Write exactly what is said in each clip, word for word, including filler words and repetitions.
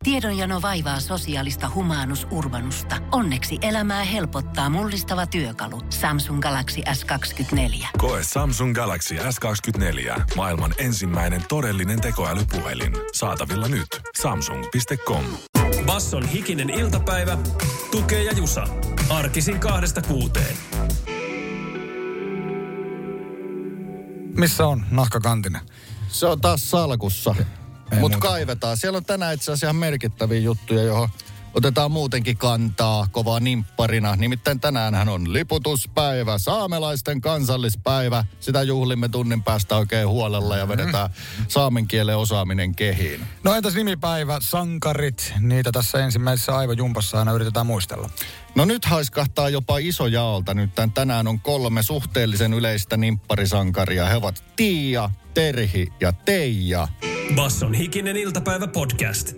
Tiedonjano vaivaa sosiaalista humanus urbanusta. Onneksi elämää helpottaa mullistava työkalu. Samsung Galaxy S kaksikymmentäneljä. Koe Samsung Galaxy S kaksikymmentäneljä. Maailman ensimmäinen todellinen tekoälypuhelin. Saatavilla nyt. Samsung piste com. Basson hikinen iltapäivä. Tukee ja Jusa. Arkisin kahdesta kuuteen. Missä on nahkakantinen? Se on taas salkussa. Mutta kaivetaan. Siellä on tänään itse asiassa ihan merkittäviä juttuja, johon otetaan muutenkin kantaa kovaa nimpparina. Nimittäin tänäänhän on liputuspäivä, saamelaisten kansallispäivä. Sitä juhlimme tunnin päästä oikein huolella ja vedetään saamen kielen osaaminen kehiin. No entäs nimipäivä, sankarit? Niitä tässä ensimmäisessä aivojumpassa aina yritetään muistella. No nyt haiskahtaa jopa isojaolta. Nyt tänään on kolme suhteellisen yleistä nimpparisankaria. He ovat Tiia, Terhi ja Teija. Basson hikinen iltapäivä podcast.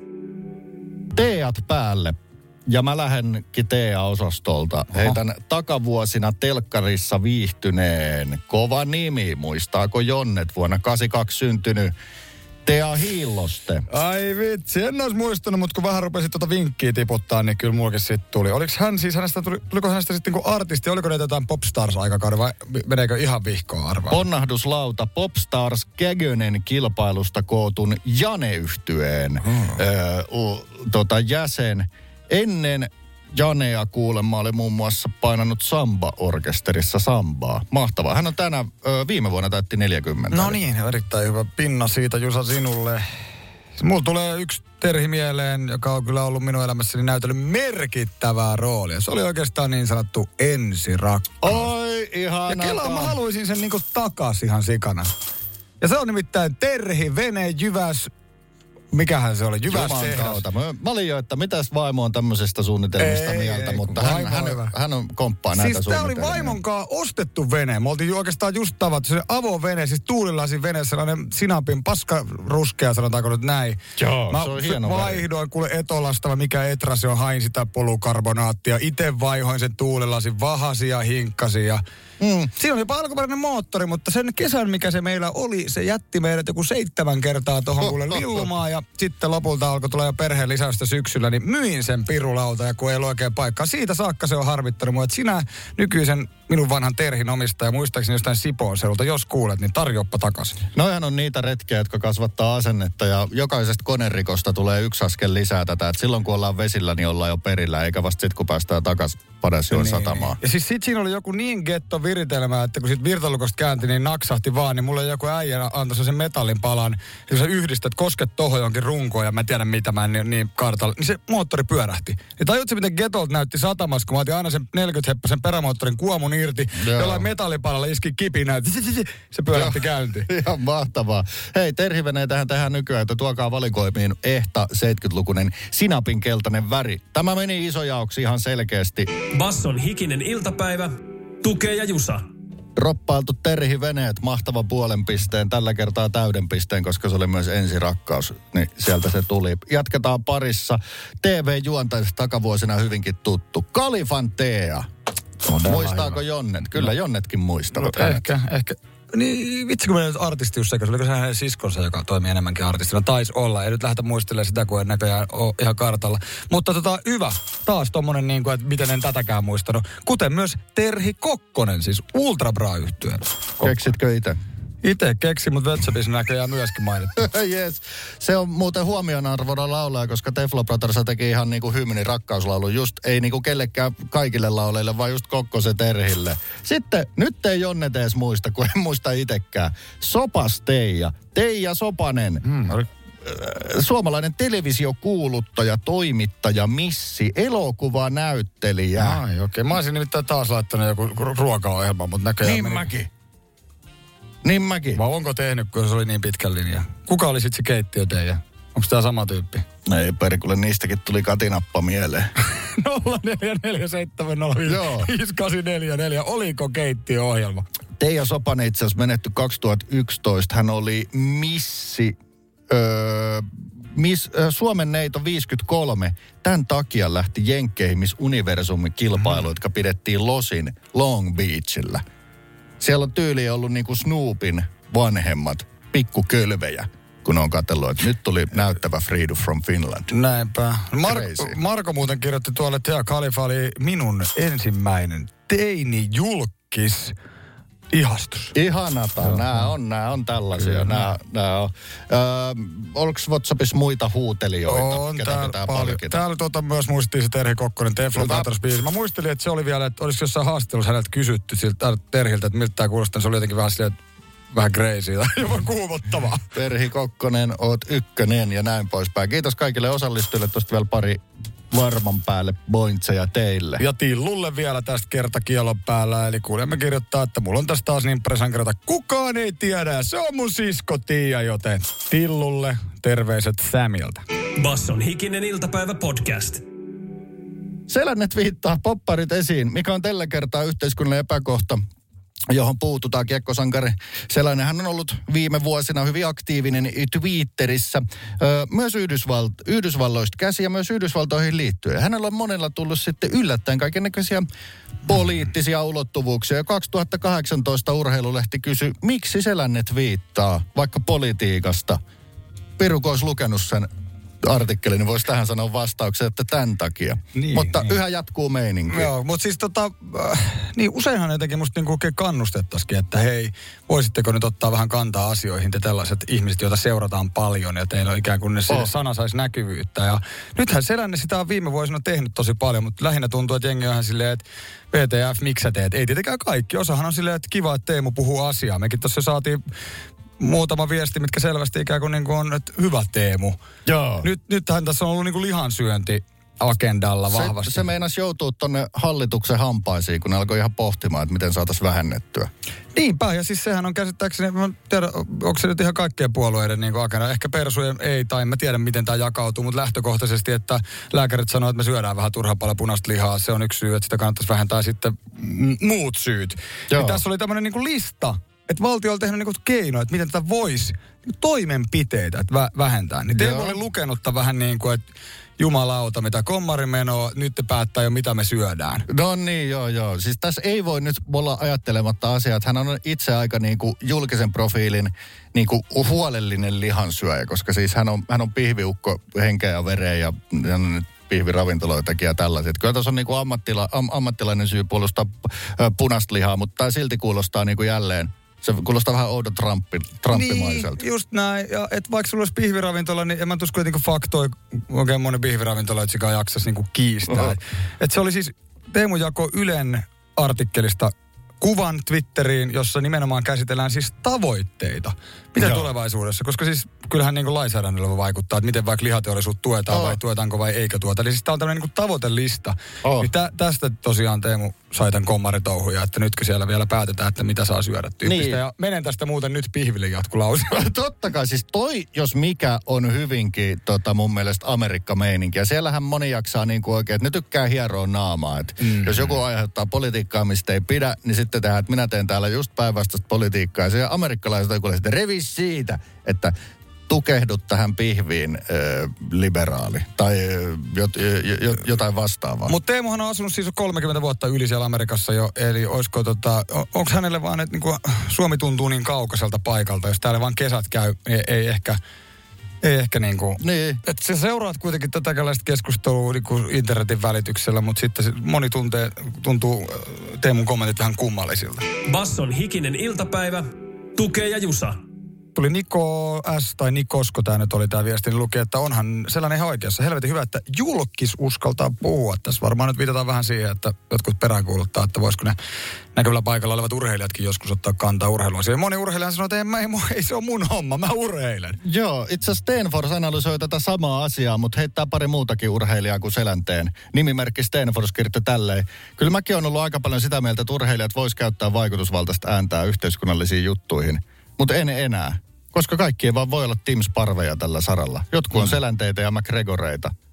Teat päälle. Ja mä lähdenkin Teea-osastolta. Oho. Heitän takavuosina telkkarissa viihtyneen kova nimi. Muistaako Jonnet vuonna kahdeksankymmentäkaksi syntynyt Tea Hiilloste? Ai vitsi, en olisi muistanut, mutta kun vähän rupesit tuota vinkkiä tiputtaa, niin kyllä mullakin sitten tuli. Oliko hän siis, hänestä tuli, tuliko hänestä sitten niin kuin artisti, oliko ne jotain Popstars-aikakauden vai meneekö ihan vihkoon arvaa? Ponnahduslauta Popstars Kägönen kilpailusta kootun Jane-yhtyeen hmm. öö, u, tota, jäsen. Ennen Janea kuulemma oli muun muassa painanut Samba-orkesterissa sambaa. Mahtavaa. Hän on tänä, ö, viime vuonna täytti neljäkymmentä. No niin, erittäin hyvä pinna siitä Jusa sinulle. Mulla tulee yksi Terhi mieleen, joka on kyllä ollut minun elämässäni näytellyt merkittävää roolia. Se oli oikeastaan niin sanottu ensirakkaus. Oi, ihanaa. Ja kelaa mä haluaisin sen niinku takas ihan sikana. Ja se on nimittäin Terhi, Vene, Jyväs. Mikähän se oli? Jyvästehdas. Mä, mä olin jo, että mitäs vaimo on tämmöisestä suunnitelmista ei, mieltä, ei, mutta hän, hän, hän on komppaa näitä siis suunnitelmia. Siis tää oli vaimonkaan ostettu vene. Me oltiin oikeastaan just tavattu. Se avovene, siis tuulilasin vene, sellainen sinapin paskaruskea, sanotaanko nyt näin. Joo, mä se on hieno vaihdoin väri. Kuule Etolasta, mikä Etra se on, hain sitä polukarbonaattia. Itse vaihoin sen tuulilasin, vahasin ja hinkkasin ja Mm. Siinä oli jopa alkuperäinen moottori, mutta sen kesän, mikä se meillä oli, se jätti meidät joku seitsemän kertaa tuohon kuule lillumaan. Ja sitten lopulta alkoi tulla jo perheen lisäystä syksyllä, niin myin sen pirulauta ja kun ei ollut oikein paikkaa. Siitä saakka se on harmittanut mua, että sinä nykyisen minun vanhan Terhin omistaja, muistaakseni jostain Sipoon seudulta, jos kuulet, niin tarjoappa takaisin. Noihän on niitä retkiä, jotka kasvattaa asennetta ja jokaisesta konerikosta tulee yksi askel lisää tätä. Että silloin kun ollaan vesillä, niin ollaan jo perillä, eikä vasta sitten kun päästään takaisin Padasjoen niin satamaan. Ja siis sit siinä oli joku niin getto viritelmä, että kun sit virtalukosta käänti, niin naksahti vaan, niin mulle joku äijä antoi sen metallin palan. Ja kun sä yhdistät, kosket tohon jonkin runkoon ja mä en tiedä mitä mä en niin, niin kartalla, niin se moottori pyörähti. Ja tajutko miten getolta näytti satamassa, kun mä otin aina sen neljäkymmentä heppasen perämoottorin kuomun irti, joo, jollain metallipalalla iski kipinä, se pyörähti käyntiin. Ihan mahtavaa. Hei, Terhiveneetähän tehdään nykyään, että tuokaa valikoimiin ehta seitsemänkymmentälukuinen sinapin keltainen väri. Tämä meni isojaoksi ihan selkeästi. Basson hikinen iltapäivä, Tukee ja Jusa. Droppailtu Terhi-veneet, mahtava puolen pisteen, tällä kertaa täyden pisteen, koska se oli myös ensirakkaus, niin sieltä se tuli. Jatketaan parissa. T V-juontaisesta takavuosina hyvinkin tuttu. Kalifan Tea. Muistaako Jonnet? Kyllä Jonnetkin muistavat. No, ehkä, ehkä. Niin vitsi kun meillä nyt artisti just sekä, oliko se hänen siskonsa, joka toimii enemmänkin artistina? Taisi olla, ei nyt lähdetä muistelemaan sitä, kun ei näköjään ole ihan kartalla. Mutta tota, hyvä, taas tommonen niin kuin, että miten en tätäkään muistanut. Kuten myös Terhi Kokkonen, siis Ultra Bra-yhtyeen. Keksitkö itse? Itse keksin, mutta Vetsabis näköjään myöskin mainittu. Yes. Se on muuten huomionarvoinen laulaja, koska Teflo Brothers teki ihan niinku hymni rakkauslaulu. Just ei niinku kellekään kaikille lauleille, vaan just Kokkosen Terhille. Sitten, nyt ei Jonnet edes muista, kun en muista itsekään. Sopas Teija. Teija Sopanen. Mm, oli... Suomalainen televisiokuuluttaja, toimittaja, missi, elokuvanäyttelijä. Ai okei. Okay. Mä olisin nimittäin taas laittanut joku ruokaohjelma, mutta näköjään... Niin meni... mäkin. Niin mäkin. Vai onko tehnyt, kun se oli niin pitkä linja? Kuka oli sitten se keittiö teidän? Onko tämä sama tyyppi? Ei perkulle, niistäkin tuli katinappa mieleen. nolla neljä neljä seitsemän nolla viisi kahdeksan neljä neljä. Oliko keittiöohjelma? Teija Sopanen itse asiassa menetty kaksituhattayksitoista. Hän oli missi... Öö, Miss, äh, Suomen neito viisikymmentäkolme. Tämän takia lähti Jenkkeihin Miss Universumin kilpailu, mm. jotka pidettiin Losin Long Beachillä. Siellä on tyyli ollut niinku Snoopin vanhemmat pikkukölvejä. kun on katsellut, että nyt tuli näyttävä Freedom from Finland. Näinpä. Mar- Marko muuten kirjoitti tuolle, että Tea Khalifa oli minun ensimmäinen teini-julkis. Ihastus. Ihanata. Nämä on, nämä on tällaisia. Nämä, nämä on. Öö, oliko WhatsAppissa muita huutelijoita? On täällä paljon. Täällä tuota myös muistiin se Terhi Kokkonen, Teflon Tatras-biisi. Mä muistelin, että se oli vielä, että olisiko jossain haastattelussa häneltä kysytty siltä Terhiltä, että miltä tämä kuulostaa. Se oli jotenkin vähän silleen, vähän crazy tai jopa kuumottavaa. Terhi Kokkonen, oot ykkönen ja näin poispäin. Kiitos kaikille osallistujille. Tuosta vielä pari varman päälle pointseja teille. Ja Tillulle vielä tästä kertakielon päällä. Eli kuulemme kirjoittaa, että mulla on tästä taas niin presankerata. Kukaan ei tiedä. Se on mun sisko Tiia, joten Tillulle terveiset Sämiltä. Basson hikinen iltapäivä podcast. Selännet viittaa popparit esiin, mikä on tällä kertaa yhteiskunnallinen epäkohta, johon puututaan. Kiekkosankari Selänen, hän on ollut viime vuosina hyvin aktiivinen Twitterissä. Öö, myös Yhdysvalt- Yhdysvalloista käsi ja myös Yhdysvaltoihin liittyen. Hänellä on monella tullut sitten yllättäen kaikennäköisiä poliittisia ulottuvuuksia. kaksituhattakahdeksantoista Urheilulehti kysyi, miksi Selännet viittaa vaikka politiikasta. Piru, kun olisi lukenut sen artikkeli, niin voisi tähän sanoa vastauksen, että tämän takia. Niin, mutta niin. Yhä jatkuu meininki. Joo, mutta siis tota, äh, niin useinhan jotenkin musta niinku oikein kannustettaisikin, että hei, voisitteko nyt ottaa vähän kantaa asioihin, te tällaiset ihmiset, joita seurataan paljon, ja teillä on ikään kuin ne oh. sana saisi näkyvyyttä. Ja nythän Selänne sitä on viime vuosina tehnyt tosi paljon, mutta lähinnä tuntuu, että jengi on ihan silleen, että V T F, miksi sä teet? Ei tietenkään kaikki. Osahan on silleen, että kiva, että Teemu puhuu asiaa. Mekin tuossa saatiin muutama viesti, mitkä selvästi ikään kuin, niin kuin on, että hyvä Teemu. Joo. Nyt, nythän tässä on ollut niin kuin lihansyönti agendalla vahvasti. Se, se meinasi joutua tonne hallituksen hampaisiin, kun ne alkoi ihan pohtimaan, että miten saataisiin vähennettyä. Niinpä, ja siis sehän on käsittääkseni, mä tiedän, onko se nyt ihan kaikkien puolueiden niin kuin agenda. Ehkä persujen ei, tai en mä tiedä, miten tämä jakautuu, mutta lähtökohtaisesti, että lääkärit sanoo, että me syödään vähän turhaa paljon punaista lihaa. Se on yksi syy, että sitä kannattaisi vähentää sitten m- muut syyt. Ja tässä oli tämmöinen niin kuin lista, että valtio on tehnyt niinku keinoja, että miten tätä voisi, niinku toimenpiteitä, että vä- vähentää. Niin Teemu oli lukenut vähän niin kuin, että jumalauta, mitä kommari menoo, nyt te päättää jo, mitä me syödään. No niin, joo, joo. Siis tässä ei voi nyt olla ajattelematta asiaa, että hän on itse aika niinku julkisen profiilin niinku huolellinen lihansyöjä, koska siis hän on, hän on pihviukko henkeä ja vereen ja hän on nyt pihviravintoloitakin ja tällaiset. Kyllä tässä on niinku ammattila, am, ammattilainen syy puolustaa ä, punaista lihaa, mutta tämä silti kuulostaa niinku jälleen. Se kuulostaa vähän oudon Trumpi, trumpimaiselta. Niin, just näin. Ja et vaikka sulla olisi pihviravintola, niin en mä tusko, että niinku faktoi oikein monen pihviravintola, jaksaisi niinku kiistää. Et, et se oli siis, Teemu jako Ylen artikkelista kuvan Twitteriin, jossa nimenomaan käsitellään siis tavoitteita. Mitä Joo. tulevaisuudessa? Koska siis kyllähän niin kuin lainsäädännöllä vaikuttaa, että miten vaikka lihateollisuutta tuetaan oh. vai tuetaanko vai eikö tuota. Eli siis tämä on tämmöinen niin kuin tavoitelista. Oh. Niin tä, tästä tosiaan Teemu sai tämän kommaritouhuja, että nytkö siellä vielä päätetään, että mitä saa syödä tyyppistä. Niin. Ja menen tästä muuten nyt pihville jatkulausi. Totta kai, siis toi, jos mikä on hyvinkin tota, mun mielestä Amerikka-meininki. Ja siellähän moni jaksaa niin kuin oikein, että ne tykkää hieroa naamaa. Että mm. jos joku aiheuttaa politiikkaa, mistä ei pidä, niin sitten tehdään, että minä teen täällä just päinvastaista politiikkaa. Ja se amerikkalaiset on kuule, että revi siitä, että tukehdut tähän pihviin äh, liberaali tai äh, jot, j, j, jotain vastaavaa. Mutta Teemuhan on asunut siis kolmekymmentä vuotta yli siellä Amerikassa jo, eli olisiko tota, onko hänelle vaan, että niinku Suomi tuntuu niin kaukaiselta paikalta, jos täällä vaan kesät käy, ei, ei ehkä, ei ehkä niinku, niin. Että sä seuraat kuitenkin tätäkäläistä keskustelua niinku internetin välityksellä, mutta sitten moni tuntee, tuntuu Teemun kommentit vähän kummallisilta. Basson hikinen iltapäivä, Tukee ja Jusa. Tuli Niko S. tai Nikosko, tämä nyt oli tämä viesti, niin luki, että onhan sellainen ihan oikeassa. Helvetin hyvä, että julkis uskaltaa puhua. Tässä varmaan nyt viitataan vähän siihen, että jotkut peräänkuuluttaa, että voisiko ne näkyvällä paikalla olevat urheilijatkin joskus ottaa kantaa urheiluun. Moni urheilija sanoo, että ei, mä, ei, ei se on mun homma, mä urheilen. Joo, itse asiassa Stenfors analysoi tätä samaa asiaa, mutta heittää pari muutakin urheilijaa kuin Selänteen. Nimimerkki Stenfors kirjoitti tälleen. Kyllä mäkin on ollut aika paljon sitä mieltä, että urheilijat vois käyttää vaikutusvaltaista ääntää yhteiskunnallisiin juttuihin. Mutta en enää, koska kaikki ei vaan voi olla Team Sparveja tällä saralla. Jotkut on mm. Selänteitä ja McGregoreita.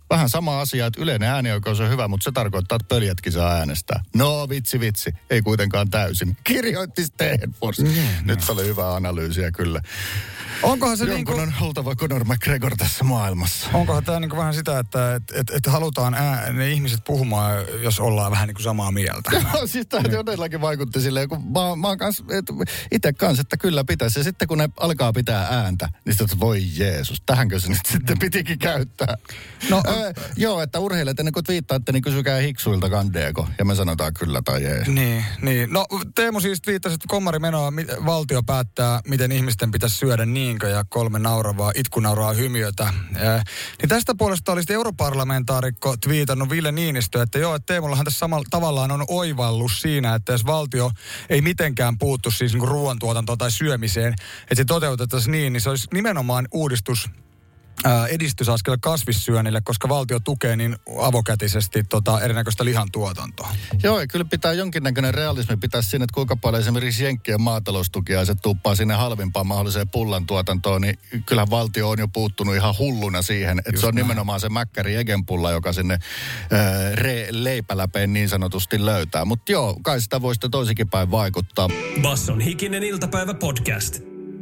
Vähän sama asia, että yleinen äänioikeus on hyvä, mutta se tarkoittaa, että pöljätkin saa äänestää. No vitsi vitsi, ei kuitenkaan täysin. Kirjoitti Stenfors. Mm, Nyt se oli hyvä analyysiä kyllä. Onkohan se Jonkun niin kuin... on oltava Conor McGregor tässä maailmassa. Onkohan tämä niin kuin vähän sitä, että et, et, et halutaan ää, ne ihmiset puhumaan, jos ollaan vähän niin kuin samaa mieltä? Joo, siis tämä todellakin vaikutti silleen, kun mä, mä oon kans, itse kanssa, että kyllä pitäisi. Ja sitten kun ne alkaa pitää ääntä, niin sitten, että voi Jeesus, tähänkö se nyt sitten pitikin käyttää? No, öö, joo, että urheilijat ennen kuin twiittaatte, niin kysykää hiksuilta kandeeko. Ja me sanotaan kyllä tai ei. Niin, niin. No Teemu siis twiittasi, että kommarimenoa valtio päättää, miten ihmisten pitäisi syödä niinkö ja kolme nauravaa, itkunauraa hymiötä. Äh, niin tästä puolesta olisi europarlamentaarikko twiitannut Ville Niinistö, että joo, että Teemullahan tässä samalla tavallaan on oivallus siinä, että jos valtio ei mitenkään puuttu siis niin kuin ruoantuotantoon tai syömiseen, että se toteutettaisiin niin, niin se olisi nimenomaan uudistus edistysaskel kasvissyönnille, koska valtio tukee niin avokätisesti tota erinäköistä lihantuotantoa. Joo, ja kyllä pitää jonkinnäköinen realismi pitää siinä, että kuinka paljon esimerkiksi Jenkkien maataloustukiaiset tuuppaa sinne halvimpaan mahdolliseen pullan tuotantoon, niin kyllähän valtio on jo puuttunut ihan hulluna siihen, että Just se on näin. Nimenomaan se mäkkäri egenpulla, joka sinne äh, re- leipäläpeen niin sanotusti löytää. Mutta joo, kai sitä voi sitten toisikin päin vaikuttaa. Basson hikinen iltapäivä podcast.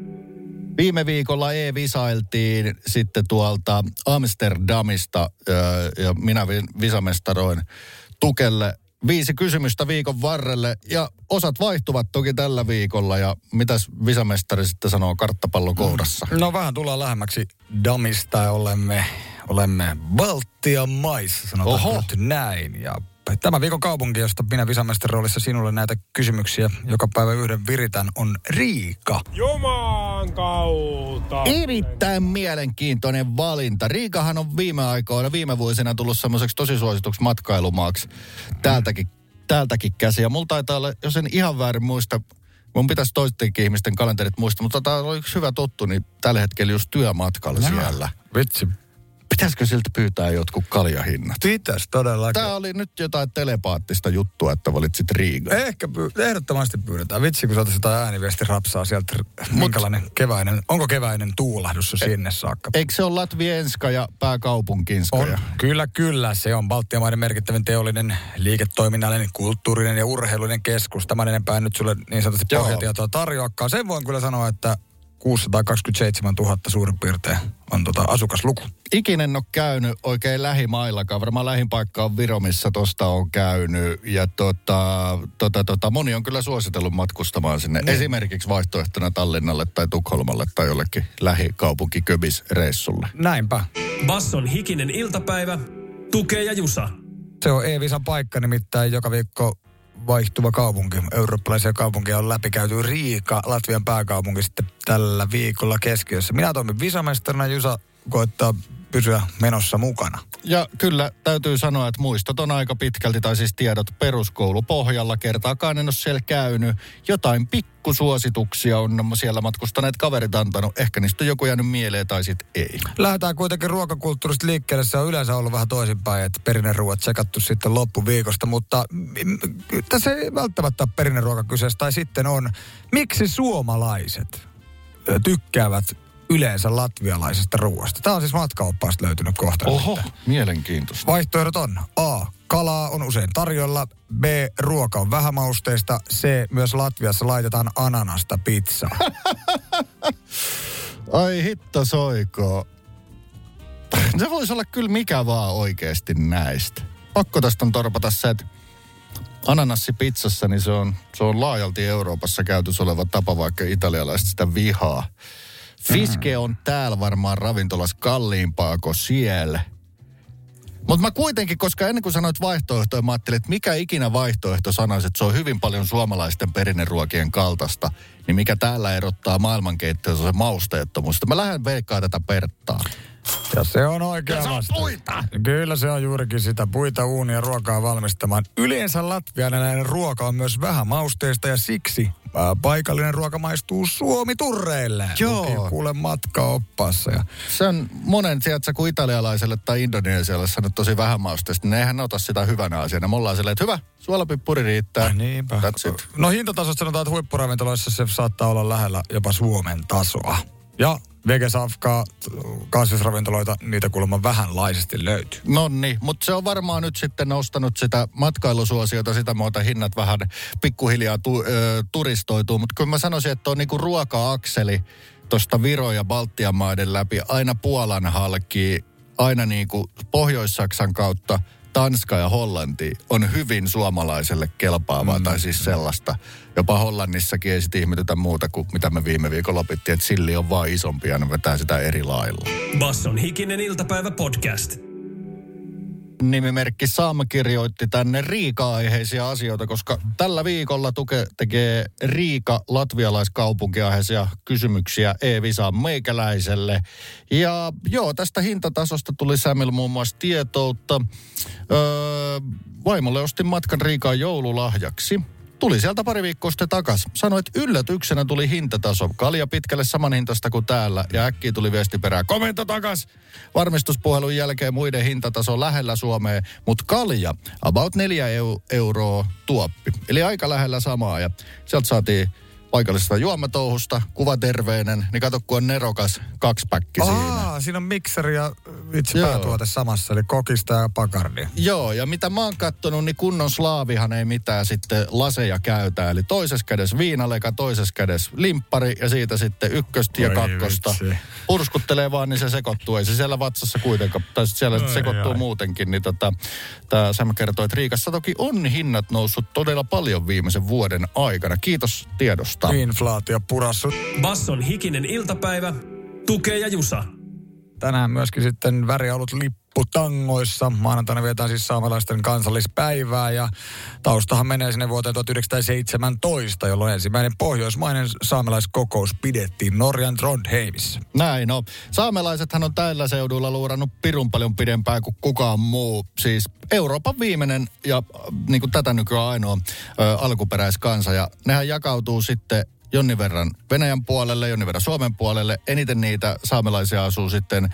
Viime viikolla e-visailtiin sitten tuolta Amsterdamista ja minä visamestaroin Tukelle viisi kysymystä viikon varrelle ja osat vaihtuvat toki tällä viikolla ja mitäs visamestari sitten sanoo karttapallon kourassa? No vähän tullaan lähemmäksi Damista ja olemme, olemme Baltian maissa, sanotaan nyt näin ja tämä viikon kaupunki, josta minä visamestarin roolissa sinulle näitä kysymyksiä joka päivä yhden viritän, on Riika. Juman kautta. Erittäin mielenkiintoinen valinta. Riikahan on viime aikoina, viime vuosina tullut semmoiseksi tosi suosituksi matkailumaaksi täältäkin, täältäkin käsi. Ja mulla taitaa olla, jos en ihan väärin muista, mun pitäisi toistenkin ihmisten kalenterit muistaa, mutta tämä on yksi hyvä tuttu, niin tällä hetkellä just työmatkalla no, siellä. Vitsi. Pitäisikö siltä pyytää jotkut kaljahinnat? Pitäisi todellakin. Tämä oli nyt jotain telepaattista juttua, että valitsit Riigan. Ehkä py- ehdottomasti pyydetään. Vitsi, kun saataisiin jotain ääniviestirapsaa sieltä. Minkälainen keväinen, onko keväinen tuulahdus e- sinne saakka? Eikö se ole Latvienska ja pääkaupunkinska? On. Kyllä, kyllä. Se on Baltian maiden merkittävin teollinen, liiketoiminnallinen, kulttuurinen ja urheilullinen keskus. Tämän enempää nyt sulle niin sanotusti pohjatietoa tarjoakaan. Sen voin kyllä sanoa, että kuusisataakaksikymmentäseitsemäntuhatta suurin piirtein on tota asukasluku. Ikinä en ole käynyt oikein lähimaillakaan. Varmaan lähin paikka on Viro, missä tosta on käynyt. Ja tota, tota, tota, moni on kyllä suositellut matkustamaan sinne. Ne. Esimerkiksi vaihtoehtona Tallinnalle tai Tukholmalle tai jollekin lähikaupunkiköbisreissulle. Näinpä. Basson hikinen iltapäivä. Tukee ja Jusa. Se on E-visan paikka, nimittäin joka viikko vaihtuva kaupunki. Eurooppalaisia kaupunkia on läpikäyty. Riika, Latvian pääkaupunki, sitten tällä viikolla keskiössä. Minä toimin visamestarina, Jusa koettaa pysyä menossa mukana. Ja kyllä täytyy sanoa, että muistot on aika pitkälti, tai siis tiedot peruskoulupohjalla. Kertaakaan en ole siellä käynyt. Jotain pikkusuosituksia on siellä matkustaneet kaverit antanut. Ehkä niistä on joku jäänyt mieleen tai sitten ei. Lähdetään kuitenkin ruokakulttuurista liikkeelle. Se on yleensä ollut vähän toisinpäin, että perinneruoat tsekattu sitten loppuviikosta. Mutta tässä ei välttämättä ole perinneruoka kyseessä. Tai sitten on, miksi suomalaiset tykkäävät yleensä latvialaisesta ruoasta. Tämä on siis matkaoppaasta löytynyt kohta. Oho, mielenkiintoista. Vaihtoehdot on A. Kalaa on usein tarjolla. B. Ruoka on vähämausteista. C. Myös Latviassa laitetaan ananasta pizzaa. Ai hitto soiko. Se voisi olla kyllä mikä vaan oikeasti näistä. Pakko tästä on torpata se, että ananassipizzassa niin se on, se on laajalti Euroopassa käytössä oleva tapa, vaikka italialaiset sitä vihaa. Fiske on täällä varmaan ravintolas kalliimpaa kuin siellä. Mutta mä kuitenkin, koska ennen kuin sanoit vaihtoehtoja, mä ajattelin, että mikä ikinä vaihtoehto sanoisi, että se on hyvin paljon suomalaisten perinneruokien kaltaista, niin mikä täällä erottaa maailmankeittiössä on se mausteettomuus. Mä lähden veikkaa tätä Perttaa. Ja se on oikea se on vastaus. puita. Kyllä se on juurikin sitä puita, uunia ruokaa valmistamaan. Yleensä latvialainen ruoka on myös vähän mausteista ja siksi ää, paikallinen ruoka maistuu Suomi-turreille. Joo. Kuule matkaoppaassa. Ja... Se on monen, tiedätkö, kun italialaiselle tai indonesialaiselle sanot tosi vähän mausteista, niin eihän ota sitä hyvänä asiana. Me ollaan silleen, että hyvä, suolapippuri riittää. Ah, niinpä. That's it. No hintatasosta sanotaan, että huippuravintoloissa se saattaa olla lähellä jopa Suomen tasoa. Ja vegesafkaa, kasvisravintoloita, niitä kuulemma vähänlaisesti löytyy. Nonni, mutta se on varmaan nyt sitten nostanut sitä matkailusuosiota, sitä muuta hinnat vähän pikkuhiljaa tu, ö, turistoituu. Mutta kun mä sanoisin, että on niinku ruoka-akseli tuosta Viro ja Baltian maiden läpi, aina Puolan halki, aina niinku Pohjois-Saksan kautta, Tanska ja Hollanti on hyvin suomalaiselle kelpaavaa, mm. tai siis sellaista. Jopa Hollannissakin ei sitten ihmetytä muuta kuin mitä me viime viikolla opittiin, että silli on vaan isompi ja ne vetää sitä eri lailla. Basson hikinen iltapäivä podcast. Nimimerkki Sam kirjoitti tänne Riika-aiheisia asioita, koska tällä viikolla tuke tekee Riika latvialaiskaupunkiaiheisia kysymyksiä E-Visaan meikäläiselle. Ja joo, tästä hintatasosta tuli Samilla muun muassa tietoutta. Öö, vaimolle ostin matkan Riikaan joululahjaksi. Tuli sieltä pari viikkoa sitten takas. Sanoi, että yllätyksenä tuli hintataso. Kalja pitkälle saman hintasta kuin täällä. Ja äkkiä tuli viesti perään. Komento takas! Varmistuspuhelun jälkeen muiden hintataso lähellä Suomea. Mutta kalja, about neljä eu- euroa tuoppi. Eli aika lähellä samaa. Ja sieltä saatiin paikallisesta juomatouhusta, kuva terveinen, niin kato kun on nerokas kaksipäkki Aa, siinä. siinä on mikseri ja itse päätuote samassa, eli kokista ja pakardia. Joo, ja mitä mä oon kattonut, niin kunnon slaavihan ei mitään sitten laseja käytä. Eli toisessa kädessä viinaleka, toisessa kädessä limppari ja siitä sitten ykköstä ja kakkosta. Vitsi. Purskuttelee vaan, niin se sekoittuu. Ei se siellä vatsassa kuitenkaan, tai siellä ai, sekoittuu ai. muutenkin. Niin tota, tää Sam kertoo, että Riikassa toki on hinnat noussut todella paljon viimeisen vuoden aikana. Kiitos tiedosta. Inflaatio purassut. Basson hikinen iltapäivä, Tukee ja Jusa. Tänään myöskin sitten väriaulut lipputangoissa. Maanantaina vietään siis saamelaisten kansallispäivää ja taustahan menee sinne vuoteen tuhatyhdeksänsataaseitsemäntoista, jolloin ensimmäinen pohjoismainen saamelaiskokous pidettiin Norjan Trondheimissa. Näin no. Saamelaisethan on tällä seudulla luurannut pirun paljon pidempään kuin kukaan muu. Siis Euroopan viimeinen ja niin kuin tätä nykyään ainoa ö, alkuperäiskansa. Ja nehän jakautuu sitten jonnin verran Venäjän puolelle, jonnin verran Suomen puolelle. Eniten niitä saamelaisia asuu sitten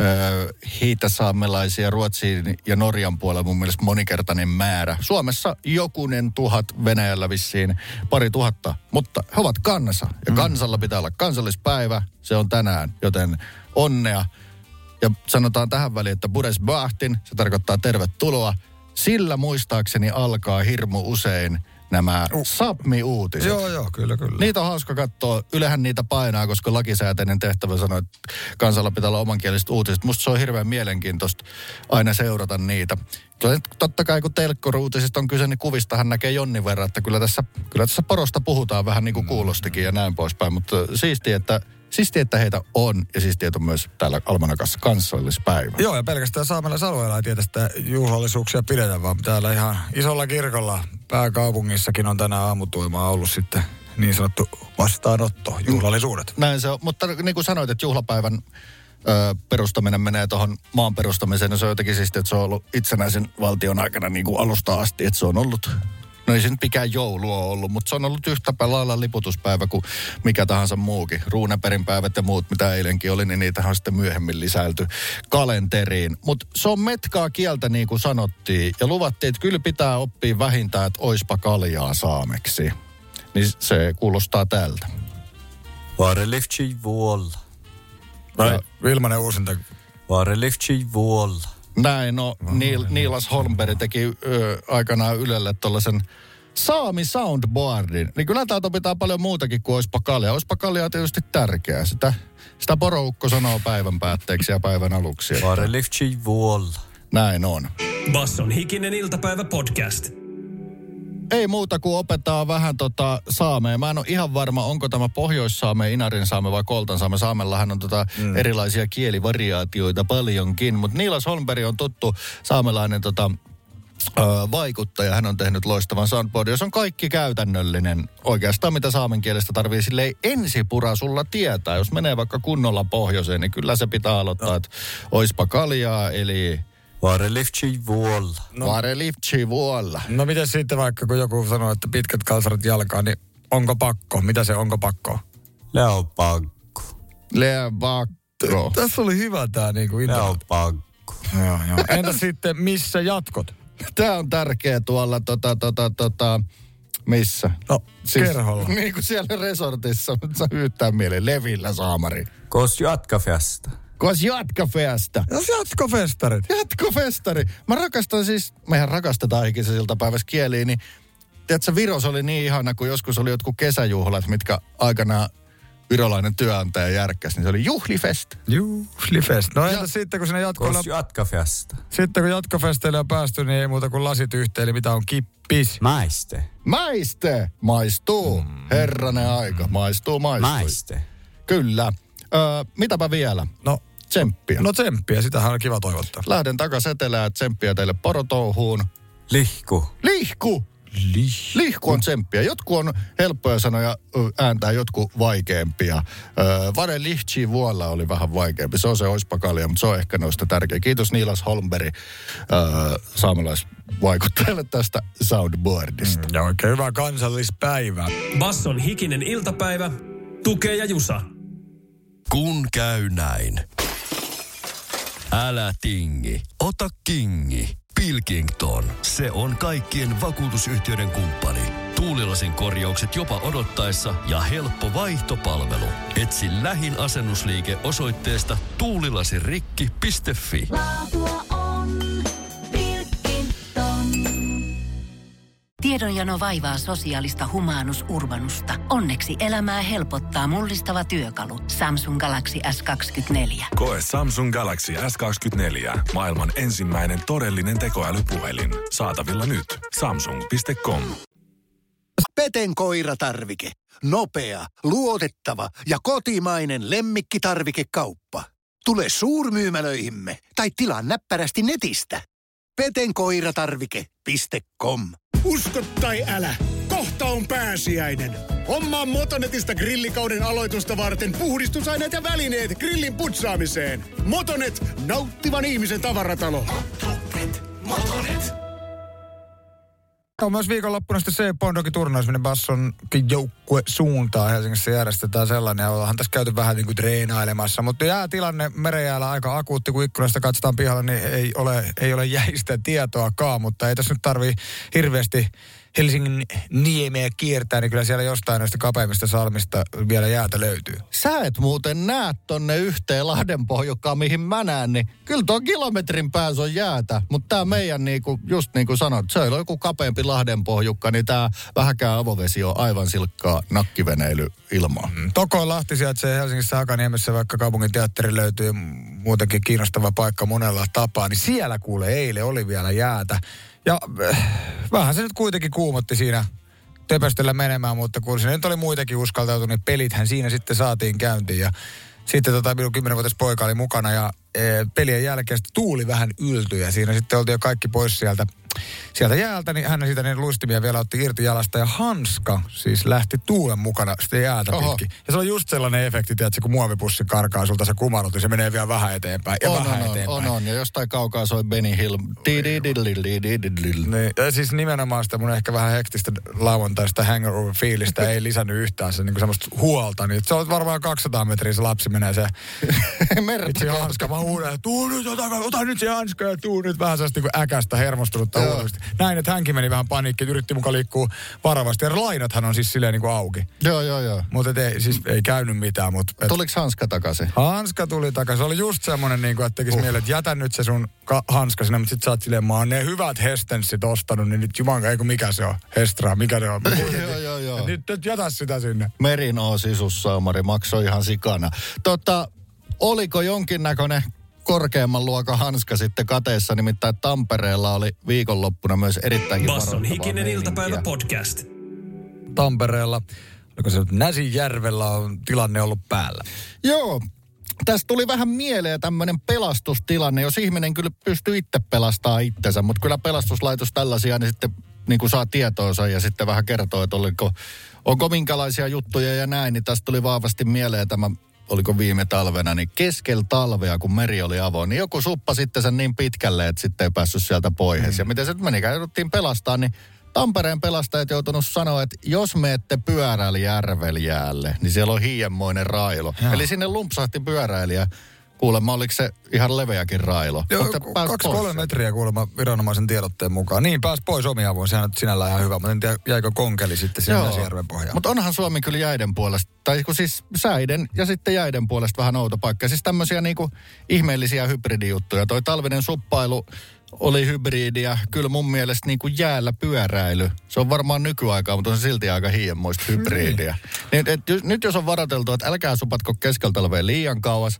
ö, hiitäsaamelaisia Ruotsiin ja Norjan puolella mun mielestä monikertainen määrä. Suomessa jokunen tuhat, Venäjällä vissiin pari tuhatta, mutta he ovat kansa. Ja kansalla pitää olla kansallispäivä, se on tänään, joten onnea. Ja sanotaan tähän väliin, että Budes Bahtin, se tarkoittaa tervetuloa. Sillä muistaakseni alkaa hirmu usein nämä uh. Sapmi-uutiset. Joo, joo, kyllä, kyllä. Niitä on hauska katsoa. Ylehän niitä painaa, koska lakisääteinen tehtävä sanoo, että kansalla pitää olla omankieliset uutiset. Musta se on hirveän mielenkiintoista aina seurata niitä. Totta kai kun telkkoruutisista on kyse, niin kuvistahan näkee jonnin verran, että kyllä tässä, kyllä tässä porosta puhutaan vähän niin kuin kuulostikin ja näin poispäin. Mutta siistiä, että Siistiä, että heitä on, ja siistiä, että on myös täällä Almanakassa kansallispäivä. Joo, ja pelkästään saamelaisalueella ei tietysti juhlallisuuksia pidetä, vaan täällä ihan isolla kirkolla pääkaupungissakin on tänään aamutuimaa ollut sitten niin sanottu vastaanotto, juhlallisuudet. Näin se on, mutta niin kuin sanoit, että juhlapäivän ö, perustaminen menee tuohon maan perustamiseen, ja se on jotenkin siistiä, että se on ollut itsenäisen valtion aikana niin kuin alusta asti, että se on ollut. No ei se nyt mikään joulu ole ollut, mutta se on ollut yhtä lailla liputuspäivä kuin mikä tahansa muukin. Ruuneperin päivät ja muut, mitä eilenkin oli, niin niitä on sitten myöhemmin lisäilty kalenteriin. Mutta se on metkaa kieltä niin kuin sanottiin. Ja luvattiin, että kyllä pitää oppia vähintään, että oispa kaljaa saameksi. Niin se kuulostaa tältä. Varelevtsi vuolla. Vai Vilmanen uusinta. Varelevtsi vuolla. Näin, no Niil, Niilas Holmberg teki ö, aikanaan Ylelle tollaisen Saami soundboardin. Niin kyllä täältä opitaan paljon muutakin kuin oispa kalja. Oispa kalja on tietysti tärkeää. Sitä, sitä poroukko sanoo päivän päätteeksi ja päivän aluksi. Varelevtsi vuolla. Näin on. Basson hikinen iltapäivä podcast. Ei muuta kuin opetaan vähän tota saamea. Mä en ole ihan varma, onko tämä Pohjois-saame, Inarin-saame vai Koltan-saame. Saamellahan on tota mm. erilaisia kielivariaatioita paljonkin. Mutta Niilas Holmberg on tuttu saamelainen tota, ö, vaikuttaja. Hän on tehnyt loistavan soundboardin, jos on kaikki käytännöllinen. Oikeastaan mitä saamen kielestä tarvii silleen ensipura sulla tietää. Jos menee vaikka kunnolla pohjoiseen, niin kyllä se pitää aloittaa, no. että oispa kaljaa, eli Varelevtsi vuolla. No. Varelevtsi vuolla. No miten sitten vaikka, kun joku sanoo, että pitkät kalsarit jalkaan, niin onko pakko? Mitä se onko pakko? Leo pakko. Leo pakko. Tässä oli hyvä tää niinku intro. Leo pakko. Joo, joo. Entä sitten missä jatkot? Tää on tärkeä tuolla tota, tota, tota, Missä? No, kerholla. Niin kuin siellä resortissa, mutta saa yhtään mieleen. Levillä, saamari. Kos jatkafesta. Kos jatkafesta. No jatkofestarit. Jatkofestari. Mä rakastan siis, mehän rakastetaan ikinä iltapäivässä kieliin, niin tiedätkö, Viros oli niin ihana, kun joskus oli jotkut kesäjuhlat, mitkä aikanaan virolainen työnantaja järkkäsi, niin se oli juhlifest. Juhlifest. No entä sitten, kun sinne jatkoilla... Kos jatkafesta. Sitten kun jatkofesteille on päästy, niin ei muuta kuin lasit yhteen, eli mitä on kippis. Maiste. Maiste. Maistuu. Mm. Herranen aika. Maistuu, maistuu. Maiste. Kyllä. Öö, mitäpä vielä? No, tsemppiä. No tsemppiä, sitähän on kiva toivottaa. Lähden takas etelään, tsemppiä teille porotouhuun. Lihku. Lihku! Lih. Lihku on tsemppiä. Jotkut on helppoja sanoja ääntää, jotkut vaikeampia. Öö, Vade lihtsi vuolla oli vähän vaikeampi. Se on se oispakalia, mutta se on ehkä noista tärkeä. Kiitos Niilas Holmberg öö, saamelaisvaikuttajalle tästä soundboardista. Mm, ja oikein hyvää kansallispäivää. Basson hikinen iltapäivä. Tukee ja Jusa. Kun käy näin. Älä tingi, ota kingi. Pilkington, se on kaikkien vakuutusyhtiöiden kumppani. Tuulilasin korjaukset jopa odottaessa ja helppo vaihtopalvelu. Etsi lähin asennusliike osoitteesta tuulilasirikki piste fi. Laatua on Pilkington. Tiedonjano vaivaa sosiaalista humanus urbanusta. Onneksi elämää helpottaa mullistava työkalu. Samsung Galaxy S kaksikymmentäneljä. Koe Samsung Galaxy S kaksikymmentäneljä. Maailman ensimmäinen todellinen tekoälypuhelin. Saatavilla nyt. samsung piste com. Peten koiratarvike. Nopea, luotettava ja kotimainen lemmikkitarvikekauppa. Tule suurmyymälöihimme tai tilaa näppärästi netistä. peten koiratarvike piste com. Usko tai älä, kohta on pääsiäinen. Hommaa Motonetista grillikauden aloitusta varten puhdistusaineet ja välineet grillin putsaamiseen. Motonet, nauttivan ihmisen tavaratalo. Motonet, Motonet. On myös viikonloppuna sitten se Bondokin turnaus, minne Basson joukkue suuntaan. Helsingissä järjestetään sellainen ja ollaan tässä käyty vähän niin kuin treenailemassa. Mutta jäätilanne merejäällä aika akuutti, kun ikkunasta katsotaan pihalla, niin ei ole, ei ole jäistä tietoakaan. Mutta ei tässä nyt tarvii hirveästi Helsingin niemeä kiertää, niin kyllä siellä jostain noista kapeimmista salmista vielä jäätä löytyy. Sä et muuten näe tonne yhteen Lahdenpohjukkaan, mihin mä näen, niin kyllä tuon kilometrin päässä on jäätä. Mutta tää meidän, niinku, just niin kuin sanot, se on joku kapeampi Lahdenpohjukka, niin tää vähäkään avovesi on aivan silkkaa nakkiveneily ilmaa. Mm, Tokoin Lahti sijaitsee Helsingissä Hakaniemessä, vaikka kaupungin teatteri löytyy muutenkin kiinnostava paikka monella tapaa, niin siellä kuule eilen oli vielä jäätä. Ja äh, vähän se nyt kuitenkin kuumotti siinä töpöstellä menemään, mutta kun se nyt oli muitakin uskaltautunut, niin pelithän siinä sitten saatiin käyntiin. Ja sitten tota, minun kymmenvuotias poika oli mukana ja e, pelien jälkeen tuuli vähän yltyi ja siinä sitten oltiin jo kaikki pois sieltä, sieltä jäältä, niin hän siitä niin luistimia vielä otti irti jalasta ja hanska siis lähti tuulen mukana sitten jäältä pitkin. Ja se on just sellainen efekti, tiedätkö, kun muovipussi karkaa sulta se kumarut ja se menee vielä vähän eteenpäin ja on, vähän on, eteenpäin. On, on, ja jostain kaukaa soi Benny Hill. Niin, ja siis nimenomaan sitä mun ehkä vähän hektistä lauantaista hangover-fiilistä ei lisännyt yhtään se niin semmoista huolta. Niin, se on varmaan kaksisataa metriä se lapsi menee se itse hanska. Mä huudan, tuu nyt, ota, ota nyt se hanska ja tuu nyt vähän sellaista niin äkästä hermostunutta huolista. Näin, että hänkin meni vähän paniikkiin, yritti mukaan liikkua varovasti. Ja lainathan on siis silleen niin kuin auki. Joo, joo, joo. Mutta ei, siis ei käynyt mitään. Mut, et... Tuliko hanska takaisin? Hanska tuli takaisin. Se oli just semmoinen, niin kuin, että tekisi uh. mieleen, että jätä nyt se sun ka- hanska sinne, mutta sit sä oot silleen, mä oon ne hyvät hestenssit ostanut, niin nyt jumanka, ei kun mikä se on? Hestraa, mikä se on? Joo, joo, joo. Nyt, nyt jätä sitä sinne. Merin oosisussaamari maksoi ihan sikana. Tota, oliko jonkinnäköinen korkeamman luokan hanska sitten kateessa, nimittäin Tampereella oli viikonloppuna myös erittäinkin Basson hikinen meininkiä. iltapäivä podcast. Tampereella, oliko se nyt Näsijärvellä on tilanne ollut päällä? Joo, tästä tuli vähän mieleen tämmöinen pelastustilanne, jos ihminen kyllä pystyy itse pelastamaan itsensä, mutta kyllä pelastuslaitos tällaisia, niin sitten niin kuin saa tietoonsa ja sitten vähän kertoo, että oliko, onko minkälaisia juttuja ja näin, niin tästä tuli vahvasti mieleen tämä, oliko viime talvena, niin keskellä talvea, kun meri oli avoin, niin joku suppa sitten sen niin pitkälle, että sitten ei päässyt sieltä pois. Mm. Ja miten se menikään, jouduttiin pelastaa, niin Tampereen pelastajat joutunut sanoa, että jos menette pyöräilijärvelijäälle, niin siellä on hiiemmoinen railo. Ja. Eli sinne lumpsahti pyöräilijä Kuulemma oliko se ihan leveäkin railo. Joo, kaksi kolme metriä kuulemma viranomaisen tiedotteen mukaan. Niin, pääsi pois omia vuosia. Sehän on sinällään ihan hyvä, mutta en tiedä, jäikö konkeli sitten sinne Näsijärven pohjaan. Mutta onhan Suomi kyllä jäiden puolesta, tai kun siis säiden ja sitten jäiden puolesta vähän outo paikka. Siis tämmöisiä niinku ihmeellisiä hybridijuttuja. Toi talvinen suppailu oli hybridiä. Kyllä mun mielestä niinku jäällä pyöräily. Se on varmaan nykyaikaa, mutta on se silti aika hienmoista hybridiä. Niin, et, nyt jos on varoiteltu, että älkää supatko keskellä talvea liian kauas,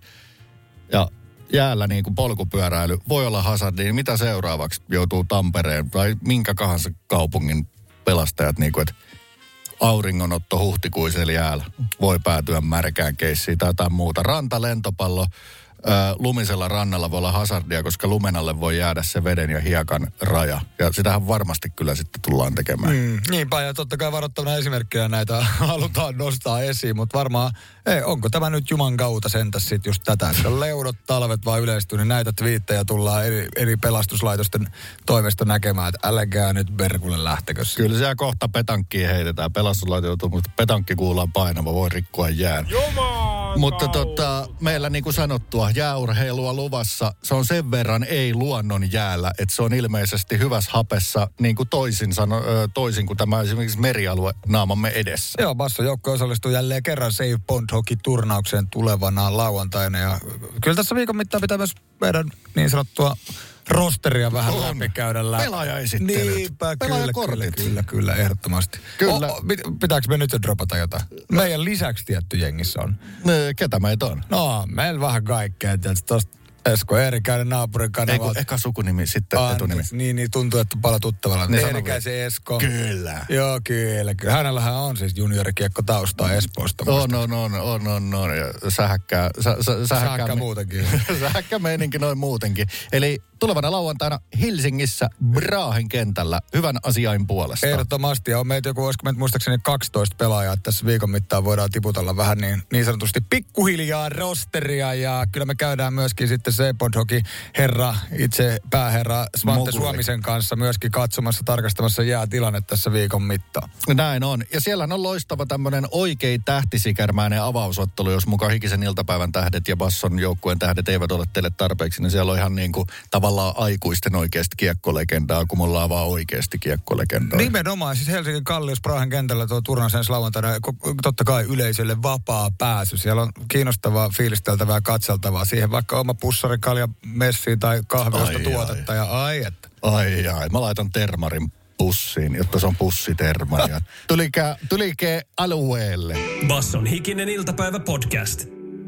ja jäällä niin kuin polkupyöräily voi olla hazardi, niin mitä seuraavaksi joutuu Tampereen tai minkä kahansa kaupungin pelastajat, niin kuin, että auringonotto huhtikuisella jäällä voi päätyä märkään keissiin tai jotain muuta. Rantalentopallo ää, lumisella rannalla voi olla hazardia, koska lumenalle voi jäädä se veden ja hiekan raja. Ja sitähän varmasti kyllä sitten tullaan tekemään. Mm, niinpä, ja totta kai varoittavana esimerkkinä näitä halutaan nostaa esiin, mutta varmaan, ei, onko tämä nyt Juman kautta sentäs sitten just tätä, että leudot talvet vaan yleistyy, niin näitä twiittejä tullaan eri, eri pelastuslaitosten toimesta näkemään, että älkää nyt Berkulle lähtekö. Kyllä siellä kohta petankkiin heitetään, pelastuslaito joutuu, mutta petankki kuullaan painava, voi rikkoa jään. Juman Mutta tota, meillä niin kuin sanottua, jääurheilua luvassa, se on sen verran ei luonnon jäällä, että se on ilmeisesti hyvässä hapessa, niin kuin toisin, sano, toisin kuin tämä esimerkiksi merialue naamamme edessä. Joo, Basson joukko osallistuu jälleen kerran Save Pond Hockey-turnaukseen tulevana lauantaina. Ja kyllä tässä viikon mittaan pitää myös meidän niin sanottua rosteria vähän on läpi käydä läpi. Pelaajaesittelyt. Niinpä, kyllä, kyllä, kyllä, kyllä, ehdottomasti. Kyllä. Oh, pitääkö me nyt jo dropata jotain? Meidän lisäksi tietty jengissä on. Ketä meitä on? No, meillä vähän kaikkea. Tuosta Esko Eerikäinen naapurin kanavalta. Eikö eka sukunimi, sitten Anteeksi, etunimi? Niin, niin tuntuu, että paljon tuttavalla. Ne Eerikäisen Esko. Kyllä. Joo, kyllä, kyllä. Hänellähän on siis juniorikiekko taustaa Espoosta. On, on, on, on, on, on. Ja sähäkkää, sä, sä, sähäkkää me, muutenkin. sähäkkää meininki noin muutenkin. Eli tulevana lauantaina Helsingissä Brahen kentällä hyvän asiain puolesta. Ehdottomasti. Ja on meitä joku, olisiko meitä muistaakseni kaksitoista pelaajaa. Tässä viikon mittaan voidaan tiputella vähän niin, niin sanotusti pikkuhiljaa rosteria. Ja kyllä me käydään myöskin sitten Save Pond Hockey herra, itse pääherra Svante Moguli Suomisen kanssa myöskin katsomassa, tarkastamassa jäätilanne tässä viikon mittaan. Näin on. Ja siellä on loistava tämmöinen oikein tähtisikärmäinen avausottelu, jos mukaan Hikisen iltapäivän tähdet ja Basson joukkueen tähdet eivät ole teille tarpeeksi, niin siellä on ihan niin kuin tavallaan aikuisten oikeasti kiekkolegendaa, kun me ollaan vaan oikeasti kiekkolegendaa. Nimenomaan, siis Helsingin Kallios Brahen kentällä tuo turnaus ensi lauantaina, totta kai yleisölle vapaa pääsy. Siellä on kiinnostavaa, fiilisteltävää ja katseltavaa. Siihen vaikka oma pussarikalja messiin tai kahviosta tuotetta ai. Ja ai että. Ai ai, mä laitan termarin pussiin, jotta se on pussitermari. Tulikää, tulikää alueelle. Basson hikinen iltapäivä podcast.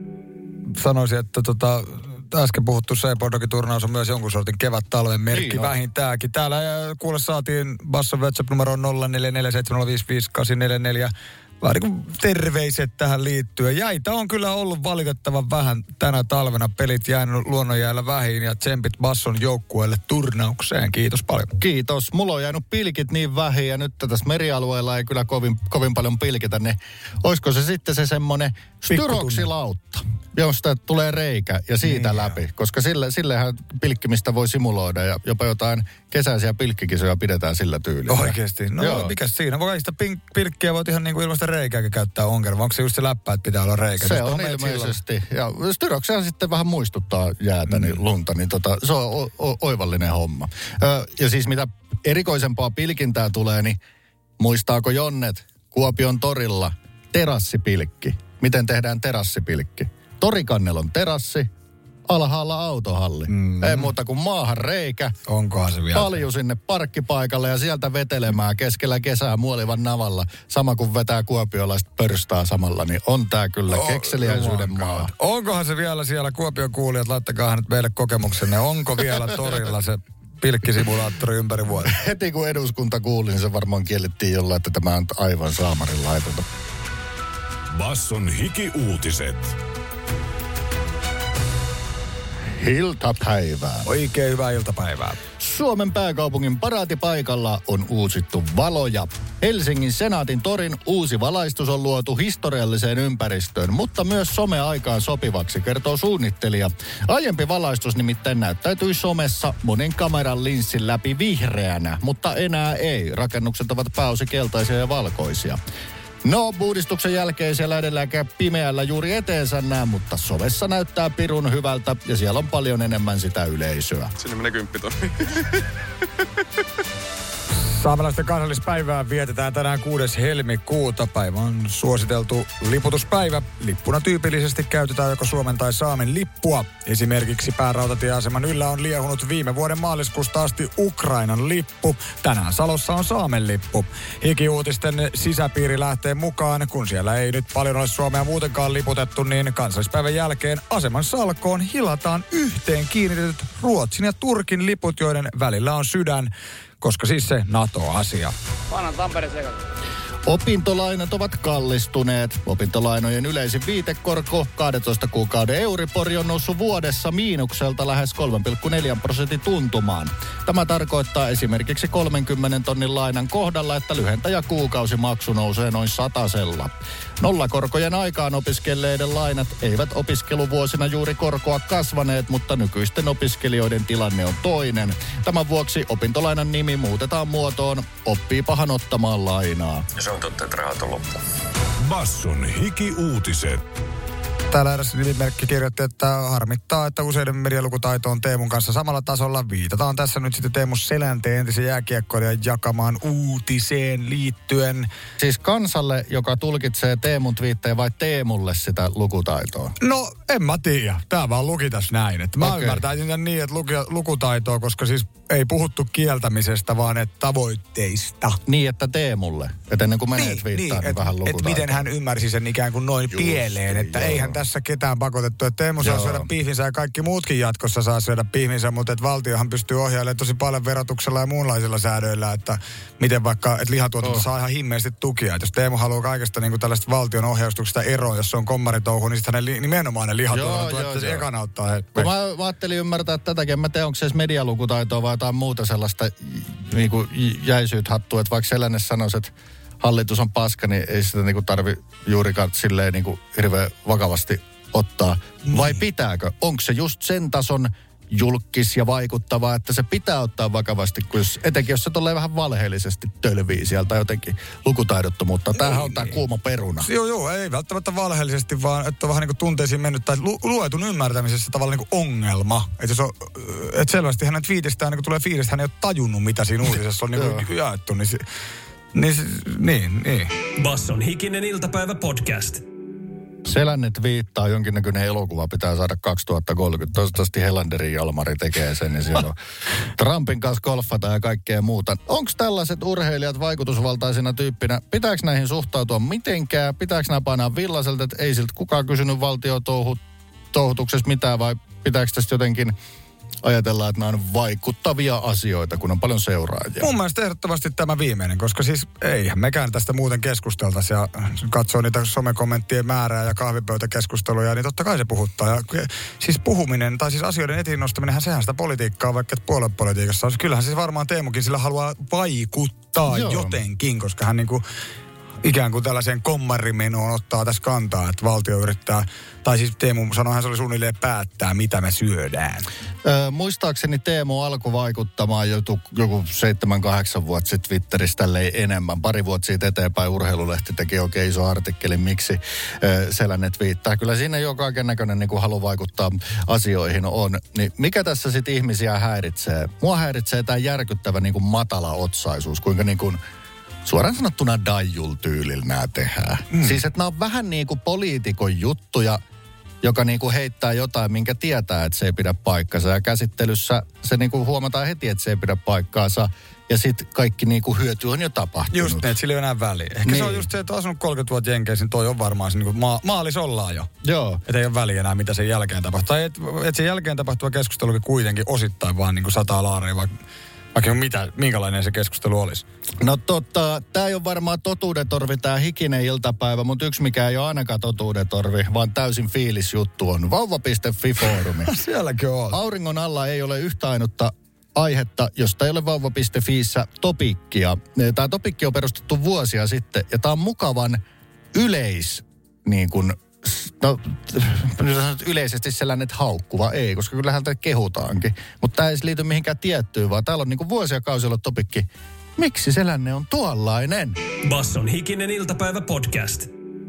Sanoisin, että tota, äsken puhuttu Save Pond Hockey-turnaus on myös jonkun sortin kevät-talven merkki niin vähintäänkin. Täällä kuule saatiin Basson WhatsApp numero nolla neljä neljä seitsemän nolla viisi viisi kahdeksan neljä neljä. Vähän niin kuin terveiset tähän liittyen. Jäitä on kyllä ollut valitettavan vähän tänä talvena. Pelit jäänyt luonnonjäällä vähin ja tsempit Basson joukkueelle turnaukseen. Kiitos paljon. Kiitos. Mulla on jäänyt pilkit niin vähin ja nyt tässä merialueella ei kyllä kovin, kovin paljon pilkitä. Niin olisiko se sitten se semmoinen styroksilautta, josta tulee reikä ja siitä niin läpi. Jo. Koska sille, sillehän pilkkimistä voi simuloida ja jopa jotain kesäisiä pilkkikisoja pidetään sillä tyylillä. Oikeasti? No joo. Mikäs siinä? Voi sitä pink- pilkkiä voit ihan niin kuin ilmaista reikääkin käyttää ongelma. Onko se just se läppä, että pitää olla reikä? Se on ilmeisesti. Ja styroksihan sitten vähän muistuttaa jäätä, mm. niin lunta, niin tota, se on o- o- oivallinen homma. Ö, ja siis mitä erikoisempaa pilkintää tulee, niin muistaako Jonnet Kuopion torilla terassipilkki? Miten tehdään terassipilkki? Torikannella on terassi, alhaalla autohalli. Mm. Ei muuta kuin maahan reikä. Onkohan se vielä? Paljon sinne parkkipaikalle ja sieltä vetelemään keskellä kesää muolivan navalla. Sama kuin vetää kuopiolaista pörstaa samalla, niin on tää kyllä oh, kekseliäisyyden maa. Onkohan se vielä siellä Kuopion kuulijat? Laittakaa nyt meille kokemuksenne. Onko vielä torilla se pilkkisimulaattori ympäri vuotta? Heti kun eduskunta kuuli, niin se varmaan kiellettiin jollain, että tämä on aivan saamarin laitonta. Basson hiki-uutiset. Iltapäivää. Oikein hyvää iltapäivää. Suomen pääkaupungin paraatipaikalla on uusittu valoja. Helsingin Senaatin torin uusi valaistus on luotu historialliseen ympäristöön, mutta myös someaikaan sopivaksi, kertoo suunnittelija. Aiempi valaistus nimittäin näyttäytyi somessa monen kameran linssin läpi vihreänä, mutta enää ei. Rakennukset ovat pääosin keltaisia ja valkoisia. No, uudistuksen jälkeen siellä edelläkään pimeällä juuri eteensä näe, mutta sovessa näyttää pirun hyvältä ja siellä on paljon enemmän sitä yleisöä. Sinne menee kymppitonni. Saamelaisten kansallispäivää vietetään tänään kuudes helmikuuta. Päivä on suositeltu liputuspäivä. Lippuna tyypillisesti käytetään joko Suomen tai Saamen lippua. Esimerkiksi päärautatieaseman yllä on liehunut viime vuoden maaliskuusta asti Ukrainan lippu. Tänään Salossa on Saamen lippu. Hikiuutisten sisäpiiri lähtee mukaan. Kun siellä ei nyt paljon ole Suomea muutenkaan liputettu, niin kansallispäivän jälkeen aseman salkoon hilataan yhteen kiinnitetyt Ruotsin ja Turkin liput, joiden välillä on sydän. Koska siis se NATO-asia. Vanhan Tampereen sekä. Opintolainat ovat kallistuneet. Opintolainojen yleisin viitekorko kaksitoista kuukauden Euribor on noussut vuodessa miinukselta lähes kolme pilkku neljä prosentin tuntumaan. Tämä tarkoittaa esimerkiksi kolmenkymmenen tonnin lainan kohdalla, että lyhentäjäkuukausimaksu nousee noin satasella. Nollakorkojen aikaan opiskelleiden lainat eivät opiskeluvuosina juuri korkoa kasvaneet, mutta nykyisten opiskelijoiden tilanne on toinen. Tämän vuoksi opintolainan nimi muutetaan muotoon oppiipahan ottamaan lainaa. Se on totta, että rahat on loppu. Basson hiki-uutiset. Täällä eräs nimimerkki kirjoitti, että harmittaa, että useiden medialukutaito on Teemun kanssa samalla tasolla. Viitataan tässä nyt sitten Teemu Selänteen entisen jääkiekkoilijan jakamaan uutiseen liittyen. Siis kansalle, joka tulkitsee Teemun twiittejä vai Teemulle sitä lukutaitoa? No, en mä tiedä. Tää vaan luki tässä näin. Että mä okay. ymmärtäisin niin, että luki, lukutaitoa, koska siis ei puhuttu kieltämisestä, vaan että tavoitteista. Niin, että Teemulle. Että ennen kuin menee niin, twiittaan, niin, niin et, vähän lukutaitoa. Että miten hän ymmärsi sen ikään kuin noin Just, pieleen, että joo. eihän tässä ketään pakotettu. Että Teemu saa syödä pihvinsä ja kaikki muutkin jatkossa saa syödä pihvinsä, mutta että valtiohan pystyy ohjailemaan tosi paljon verotuksella ja muunlaisilla säädöillä, että miten vaikka, että lihatuotanto oh. saa ihan himmeästi tukia. Että jos Teemu haluaa kaikesta niin kuin tällaista valtion ohjaustuksesta eroa, jos se on kommaritouhu, niin sitten hänen li, nimenomaan ne lihatuotanto, että se ekana ottaa. He, mä, mä ajattelin ymmärtää tätäkin. Mä tiedän, onko se edes medialukutaitoa vai jotain muuta sellaista niin kuin jäisyyt hattua, että vaikka Selänne sanoisi, että hallitus on paska, niin ei sitä niin kuin tarvi juurikaan silleen niin kuin hirveän vakavasti ottaa. Niin. Vai pitääkö? Onko se just sen tason julkis ja vaikuttavaa, että se pitää ottaa vakavasti, kun jos, etenkin jos se tulee vähän valheellisesti tölvii sieltä jotenkin lukutaidottomuutta. Tämähän on tämä kuuma peruna. Joo, joo, ei välttämättä valheellisesti, vaan että on vähän niin kuin tunteisiin mennyt tai lu, luetun ymmärtämisessä tavallaan niin kuin ongelma. Että jos on, että selvästi hänen twiitistään niin tulee fiilistä, hän ei ole tajunnut, mitä siinä uutisessa on niin kuin jaettu. Niin, niin, niin, niin. Basson hikinen iltapäivä podcast. Selännet viittaa, jonkinnäköinen elokuva pitää saada kaksituhattakolmekymmentä. Toivottavasti Helanderin Jalmari tekee sen, niin siellä on Trumpin kanssa golfata ja kaikkea muuta. Onko tällaiset urheilijat vaikutusvaltaisina tyyppinä, pitääkö näihin suhtautua mitenkään? Pitääkö nämä painaa villaiselta, että ei siltä kukaan kysynyt valtiotouhutuksessa mitään, vai pitääkö tästä jotenkin ajatellaan, että nämä on vaikuttavia asioita, kun on paljon seuraajia? Mun mielestä ehdottomasti tämä viimeinen, koska siis eihän mekään tästä muuten keskusteltaisi ja katsoo niitä somekommenttien määrää ja kahvipöytäkeskusteluja, niin totta kai se puhuttaa. Ja siis puhuminen tai siis asioiden etiin nostaminenhän, sehän sitä politiikkaa, vaikka puoluepolitiikassa on. Kyllähän siis varmaan Teemukin sillä haluaa vaikuttaa Joo. jotenkin, koska hän niinku ikään kuin tällaiseen kommarimenoon ottaa tässä kantaa, että valtio yrittää, tai siis Teemu sanoi, hän se oli suunnilleen päättää, mitä me syödään. Öö, muistaakseni Teemu alkoi vaikuttamaan joku, joku seitsemän, kahdeksan vuotta sitten Twitterissä tälleen enemmän. Pari vuotta siitä eteenpäin Urheilulehti teki oikein iso artikkeli, miksi öö, Selännet viittaa. Kyllä siinä jo kaiken näköinen niin kuin halu vaikuttaa asioihin on. Niin mikä tässä sitten ihmisiä häiritsee? Mua häiritsee tämä järkyttävä niin kuin matala otsaisuus, kuinka niin kuin suoraan sanottuna Dajjul-tyylillä nämä tehdään. Mm. Siis, että nämä on vähän niin kuin poliitikon juttuja, joka niin kuin heittää jotain, minkä tietää, että se ei pidä paikkansa. Ja käsittelyssä se niin kuin huomataan heti, että se ei pidä paikkaansa. Ja sitten kaikki niin kuin hyöty on jo tapahtunut. Just ne, että sillä ei ole enää väliä. Ehkä niin. Se on just se, että on asunut kolmekymmentä vuotta Jenkeissä, niin toi on varmaan se niin kuin ma- maalis ollaan jo. Joo. Että ei ole väliä enää, mitä sen jälkeen tapahtuu. Tai että et sen jälkeen tapahtuva keskustelukin kuitenkin osittain vaan niin kuin sataa laaria, vaikka Vaikka mitä, minkälainen se keskustelu olisi? No totta, tämä ei ole varmaan totuudetorvi, tämä hikinen iltapäivä, mutta yksi mikä ei ole ainakaan totuudetorvi, vaan täysin fiilisjuttu on vauva piste fi-foorumi. Sielläkin on. Auringon alla ei ole yhtä ainutta aihetta, josta ei ole vauva piste fiissä topikkia. Tämä topikki on perustettu vuosia sitten ja tämä on mukavan yleis, niin kuin no, yleisesti sellainen, että haukkuva ei, koska kyllähän tätä kehutaankin. Mutta tämä ei liity mihinkään tiettyyn, vaan täällä on niinku vuosia kausi ollut topikki miksi selänne on tuollainen? Basson hikinen iltapäivä podcast.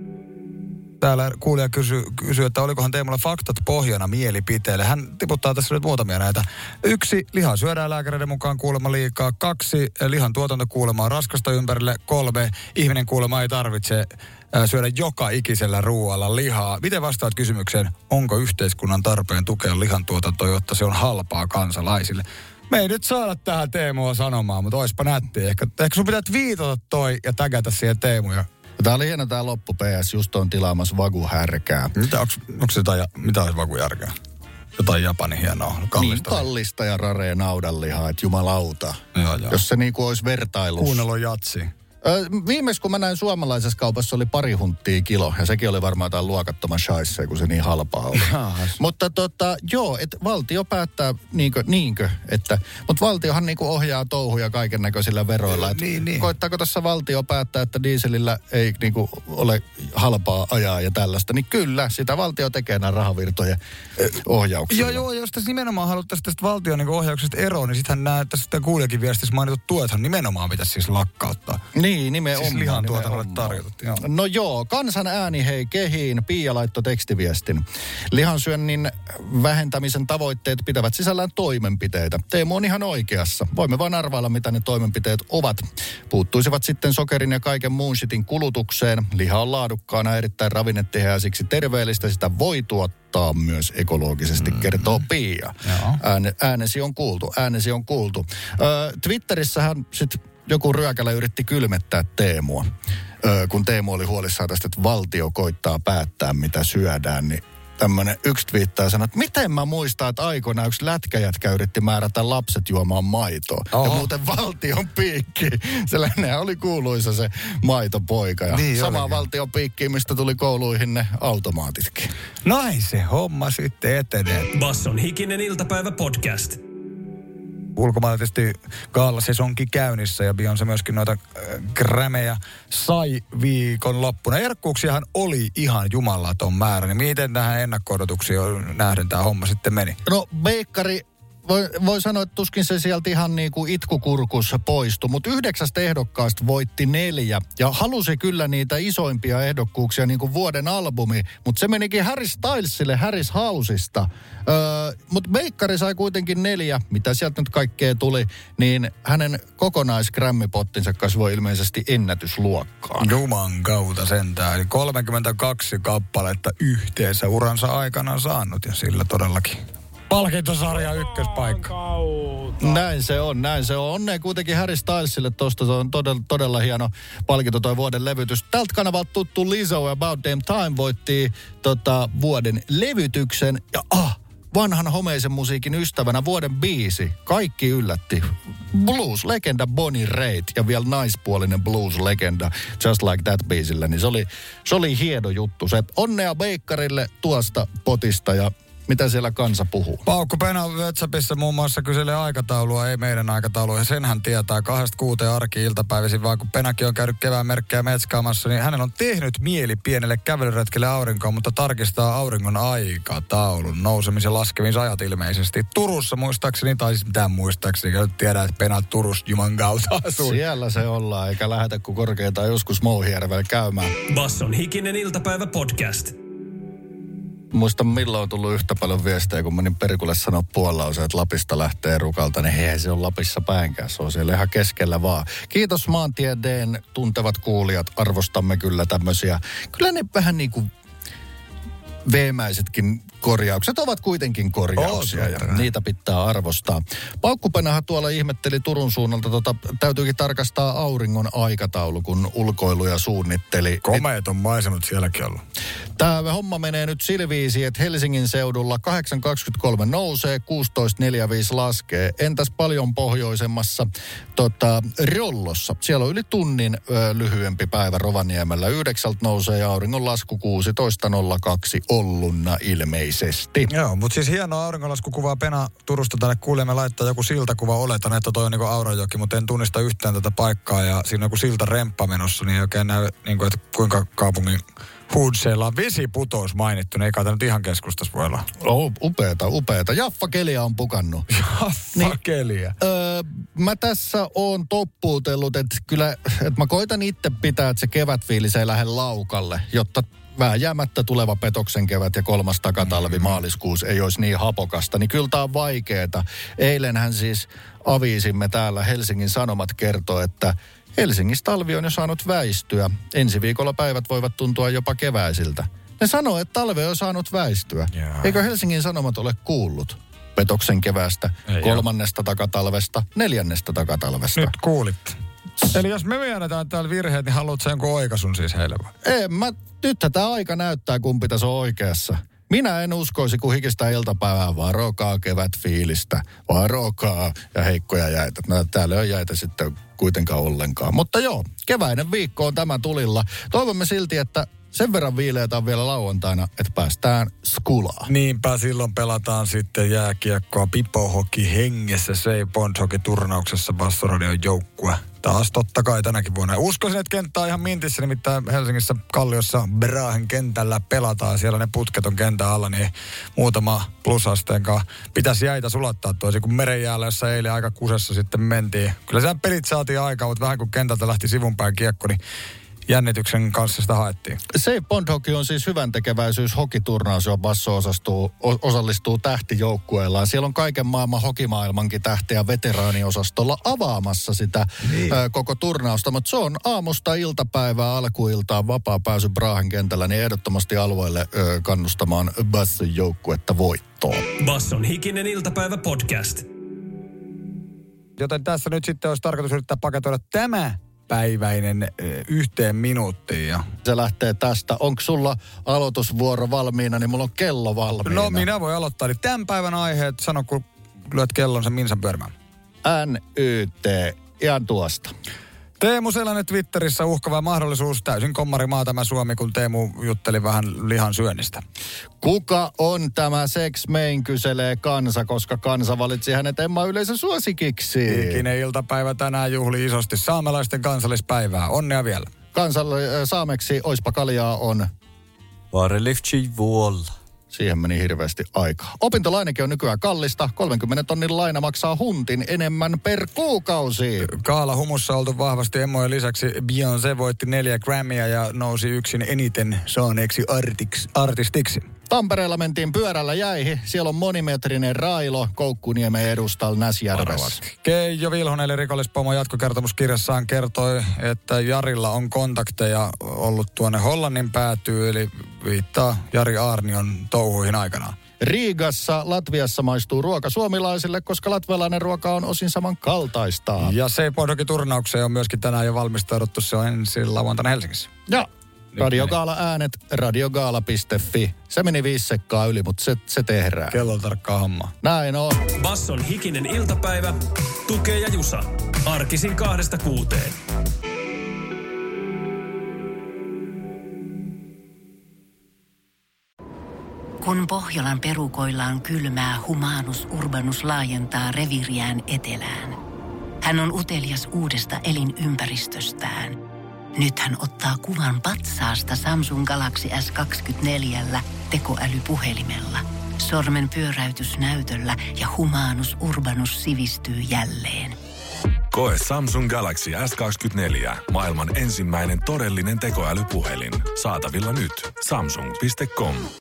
Täällä kuulija kysyy, kysy, että olikohan Teemulla faktat pohjana mielipiteelle. Hän tiputtaa tässä nyt muutamia näitä. Yksi, lihaa syödään lääkäreiden mukaan kuulemma liikaa. Kaksi, lihan tuotanto kuulemma on raskasta ympärille. Kolme, ihminen kuulemma ei tarvitse syödä joka ikisellä ruoalla lihaa. Miten vastaat kysymykseen, onko yhteiskunnan tarpeen tukea lihan tuotantoa, jotta se on halpaa kansalaisille? Me ei nyt saada tähän Teemua sanomaan, mutta oispa nättiä. Ehkä, ehkä sun pitää viitata toi ja tägätä siihen Teemuja. Tää oli hieno tää loppu, P S. Just on tilaamassa Wagyu-härkää. Mitä, onks, onks jotain, mitä olisi Wagyu-härkää? Jotain Japanin hienoa, kallista. Niin kallista ja rarea naudanlihaa, että jumalauta. Joo, joo. Jos se niinku olisi vertailussa. Kuunnelu jatsi. Öö, viimeis kun mä näin suomalaisessa kaupassa oli pari hunttia kilo. Ja sekin oli varmaan jotain luokattoman shaisseja, kun se niin halpaa oli. Mutta tota, joo, että valtio päättää niinkö, niinkö että, mutta valtiohan niinku ohjaa touhuja kaiken näköisillä veroilla. Et niin, niin. Koittaako tässä valtio päättää, että dieselillä ei niinku ole halpaa ajaa ja tällaista, niin kyllä, sitä valtio tekee nämä rahavirtojen ohjauksella. Joo, joo, jos tässä nimenomaan haluttaisiin tästä valtion niinku ohjauksesta eroon, niin sittenhän nämä tässä kuulijakin viestissä mainitut tuethan nimenomaan pitäisi siis lakkauttaa. Niin, nimenomaan. Siis lihan tuotannolle tarjotut, joo. No joo, kansan ääni hei kehiin. Pia laittoi tekstiviestin. Lihansyönnin vähentämisen tavoitteet pitävät sisällään toimenpiteitä. Teemu on ihan oikeassa. Voimme vain arvailla, mitä ne toimenpiteet ovat. Puuttuisivat sitten sokerin ja kaiken muun shitin kulutukseen. Liha on laadukkaana erittäin ravinnetiheä ja siksi terveellistä. Sitä voi tuottaa myös ekologisesti, mm-hmm. kertoo Pia. Ääne, äänesi on kuultu, äänesi on kuultu. Ö, Twitterissähän sitten joku ryökälä yritti kylmettää Teemua. Öö, kun Teemu oli huolissaan tästä, että valtio koittaa päättää, mitä syödään, niin tämmönen yksi twiittaa sanoi, että miten mä muistan, että aikoinaan yksi lätkäjätkä yritti määrätä lapset juomaan maitoa. Oho. Ja muuten valtion piikki. Sellainen oli kuuluisa se maitopoika. Ja niin sama olikin. Valtion piikki, mistä tuli kouluihin ne automaatitkin. Näin se homma sitten etenee. Basson hikinen iltapäivä podcast. Ulkomailla tietysti gaalasesonkin käynnissä ja Beyoncé myöskin noita äh, grämejä sai viikon loppuna. Erkkuuksiahan oli ihan jumalaton määrä. Niin miten tähän ennakko-odotuksiin nähden tämä homma sitten meni? No Beikkari, voi, voi sanoa, että tuskin se sieltä ihan niin kuin itkukurkussa poistui, mutta yhdeksästä ehdokkaasta voitti neljä ja halusi kyllä niitä isoimpia ehdokkuuksia niin kuin vuoden albumi, mutta se menikin Harry Stylesille Harry's Houseista. Öö, mutta Beikkari sai kuitenkin neljä, mitä sieltä nyt kaikkea tuli, niin hänen kokonaisgrämmipottinsa kasvoi ilmeisesti ennätysluokkaan. Juman kautta sentään, eli kolmekymmentäkaksi kappaletta yhteensä uransa aikana saanut ja sillä todellakin palkintosarja ykköspaikka. Näin se on, näin se on. Onnea kuitenkin Harry Stylesille tosta, se on todella, todella hieno palkinto toi vuoden levytys. Tältä kanavalta tuttu Lizzo ja About Damn Time voitti tota, vuoden levytyksen. Ja ah, vanhan homeisen musiikin ystävänä vuoden biisi. Kaikki yllätti. Blues-legenda Bonnie Raitt ja vielä naispuolinen blues-legenda Just Like That biisillä. Niin se oli, se oli hieno juttu. Se onnea Beikkarille tuosta potista ja mitä siellä kansa puhuu? Paukku Pena WhatsAppissa muun muassa kyselee aikataulua, ei meidän aikataulua. Ja sen hän tietää kahdesta kuuteen arki-iltapäivisin, vaan kun Penakin on käynyt kevään merkkejä metskaamassa, niin hänellä on tehnyt mieli pienelle kävelyretkelle aurinkoon, mutta tarkistaa auringon aikataulun nousemis- ja laskemisajat ilmeisesti. Turussa muistaakseni, tai siis mitään muistaakseni, kun tiedän, että Pena Turussa juman kautta asuu. Siellä se ollaan, eikä lähetä kuin korkeintaan joskus Mouhijärvellä käymään. Basson hikinen iltapäivä podcast. Muistan milloin on tullut yhtä paljon viestejä, kun menin perikulle sanoa puolelause, että Lapista lähtee rukalta, niin hei, se on Lapissa päinkään, se on siellä ihan keskellä vaan. Kiitos maantieteen tuntevat kuulijat, arvostamme kyllä tämmöisiä. Kyllä ne vähän niin kuin veemäisetkin korjaukset ovat kuitenkin korjauksia oh, ja niitä pitää arvostaa. Paukkupenahan tuolla ihmetteli Turun suunnalta, tota, täytyykin tarkastaa auringon aikataulu, kun ulkoiluja suunnitteli. Komeet on maisemat sielläkin ollut. Tämä homma menee nyt sillä viisi, että Helsingin seudulla kahdeksan kaksikymmentäkolme nousee, kuusitoista neljäkymmentäviisi laskee. Entäs paljon pohjoisemmassa tota, Rollossa? Siellä on yli tunnin ö, lyhyempi päivä Rovaniemellä. Yhdeksältä nousee ja auringon lasku kuusitoista nolla kaksi Ollunna ilmeisesti. yleisesti. Joo, mutta siis hienoa auringonlaskukuvaa Pena Turusta tänne kuulemme laittaa joku siltakuva. Oletan, että toi on niinku Aurajoki, mutta en tunnista yhtään tätä paikkaa. Ja siinä on joku silta remppa menossa, niin ei oikein näy, niinku, että kuinka kaupungin Hoodseilla on vesiputous mainittu. Ne ei kai nyt ihan keskustassa voi olla. Oh, upeeta, upeeta. Jaffa Kelia on pukannut. Jaffa Kelia. Niin, öö, mä tässä oon toppuutellut, että kyllä, että mä koitan itse pitää, että se kevätfiilis ei lähde laukalle, jotta vääjäämättä tuleva petoksen kevät ja kolmas takatalvi mm. maaliskuussa ei olisi niin hapokasta, niin kyllä tää on vaikeeta. Eilenhän siis aviisimme täällä Helsingin Sanomat kertoo, että Helsingissä talvi on jo saanut väistyä. Ensi viikolla päivät voivat tuntua jopa keväisiltä. Ne sanoo, että talve on saanut väistyä. Jaa. Eikö Helsingin Sanomat ole kuullut petoksen keväästä, ei kolmannesta ole. Takatalvesta, neljännestä takatalvesta? Nyt kuulit. Eli jos me myönnetään täällä virheet, niin haluat sen jonkun oikaisun siis heille vai? En mä, nyt tämä aika näyttää, kumpi tässä on oikeassa. Minä en uskoisi, kun hikistä iltapäivää, varokaa kevätfiilistä, varokaa ja heikkoja jäitä. No, täällä on jäitä sitten kuitenkaan ollenkaan. Mutta joo, keväinen viikko on tämä tulilla. Toivomme silti, että sen verran viileitä on vielä lauantaina, että päästään skulaan. Niinpä, silloin pelataan sitten jääkiekkoa pipohoki hengessä Save Bond-hoki-turnauksessa Bassoradion joukkue. Taas totta kai tänäkin vuonna. Uskoisin, että kenttä on ihan mintissä, nimittäin Helsingissä Kalliossa Brahen kentällä pelataan. Siellä ne putket on kentän alla, niin muutama plusasteen kanssa pitäisi jäitä sulattaa toisin kuin merenjäällä, jossa eilen aika kusessa sitten mentiin. Kyllä siellä pelit saatiin aikaa, mutta vähän kun kentältä lähti sivunpäin kiekko, niin jännityksen kanssa sitä haettiin. Save Bond Hockey on siis hyvän tekeväisyys hokiturnaus, johon Basso osastuu, osallistuu tähtijoukkueellaan. Siellä on kaiken maailman hokimaailmankin tähteä veteraaniosastolla avaamassa sitä niin. ö, koko turnausta. Mutta se on aamusta iltapäivää alkuiltaan vapaa pääsy Brahen kentällä, niin ehdottomasti alueelle ö, kannustamaan Basson joukkuetta voittoon. Basson hikinen iltapäivä podcast. Joten tässä nyt sitten olisi tarkoitus yrittää paketoida tämä päiväinen yhteen minuuttiin. Ja se lähtee tästä. Onko sulla aloitusvuoro valmiina, niin mulla on kello valmiina. No minä voin aloittaa. Eli tämän päivän aiheet, sano kun lyöt kellon sen minsan pyörimään. N Y T, ihan tuosta. Teemu Selänne Twitterissä uhkava mahdollisuus. Täysin kommarimaa tämä Suomi, kun Teemu jutteli vähän lihan syönnistä. Kuka on tämä Sex Main, kyselee kansa, koska kansa valitsi hänet Emma yleisön suosikiksi. Ikinen iltapäivä tänään juhli isosti saamelaisten kansallispäivää. Onnea vielä. Kansalle, saameksi oispa kaljaa on. Varelifchi vuolla. Siihen meni hirveästi aikaa. Opintolainakin on nykyään kallista. kolmenkymmenen tonnin laina maksaa huntin enemmän per kuukausi. Kaala humussa oltu vahvasti. Emmojen lisäksi Beyoncé voitti neljä Grammyä ja nousi yksin eniten saaneeksi artiks, artistiksi. Tampereella mentiin pyörällä jäihin. Siellä on monimetrinen railo Koukkuniemen edustalla Näsjärvessä. Keijo Vilhonen eli rikollispomo jatkokertomuskirjassaan kertoi, että Jarilla on kontakteja ollut tuonne Hollannin päätyyn, eli viittaa Jari Aarnion touhuihin aikanaan. Riigassa, Latviassa maistuu ruoka suomalaisille, koska latvialainen ruoka on osin samankaltaista. Ja Save Bond turnaukseen on myöskin tänään jo valmistauduttu. Se on ensin lauantaina Helsingissä. Ja Radiogaala äänet, radiogaala piste fi. Se meni viisi sekkaa yli, mutta se, se tehdään. Kello on tarkkaa hommaa. Näin on. Basson hikinen iltapäivä, Tukee ja Jusa. Arkisin kahdesta kuuteen. Kun Pohjolan perukoillaan kylmää, Humanus Urbanus laajentaa reviiriään etelään. Hän on utelias uudesta elinympäristöstään. Nyt hän ottaa kuvan patsaasta Samsung Galaxy S kaksikymmentäneljä tekoälypuhelimella. Sormen pyöräytys näytöllä ja Humanus Urbanus sivistyy jälleen. Koe Samsung Galaxy S kaksikymmentäneljä. Maailman ensimmäinen todellinen tekoälypuhelin. Saatavilla nyt. Samsung piste com.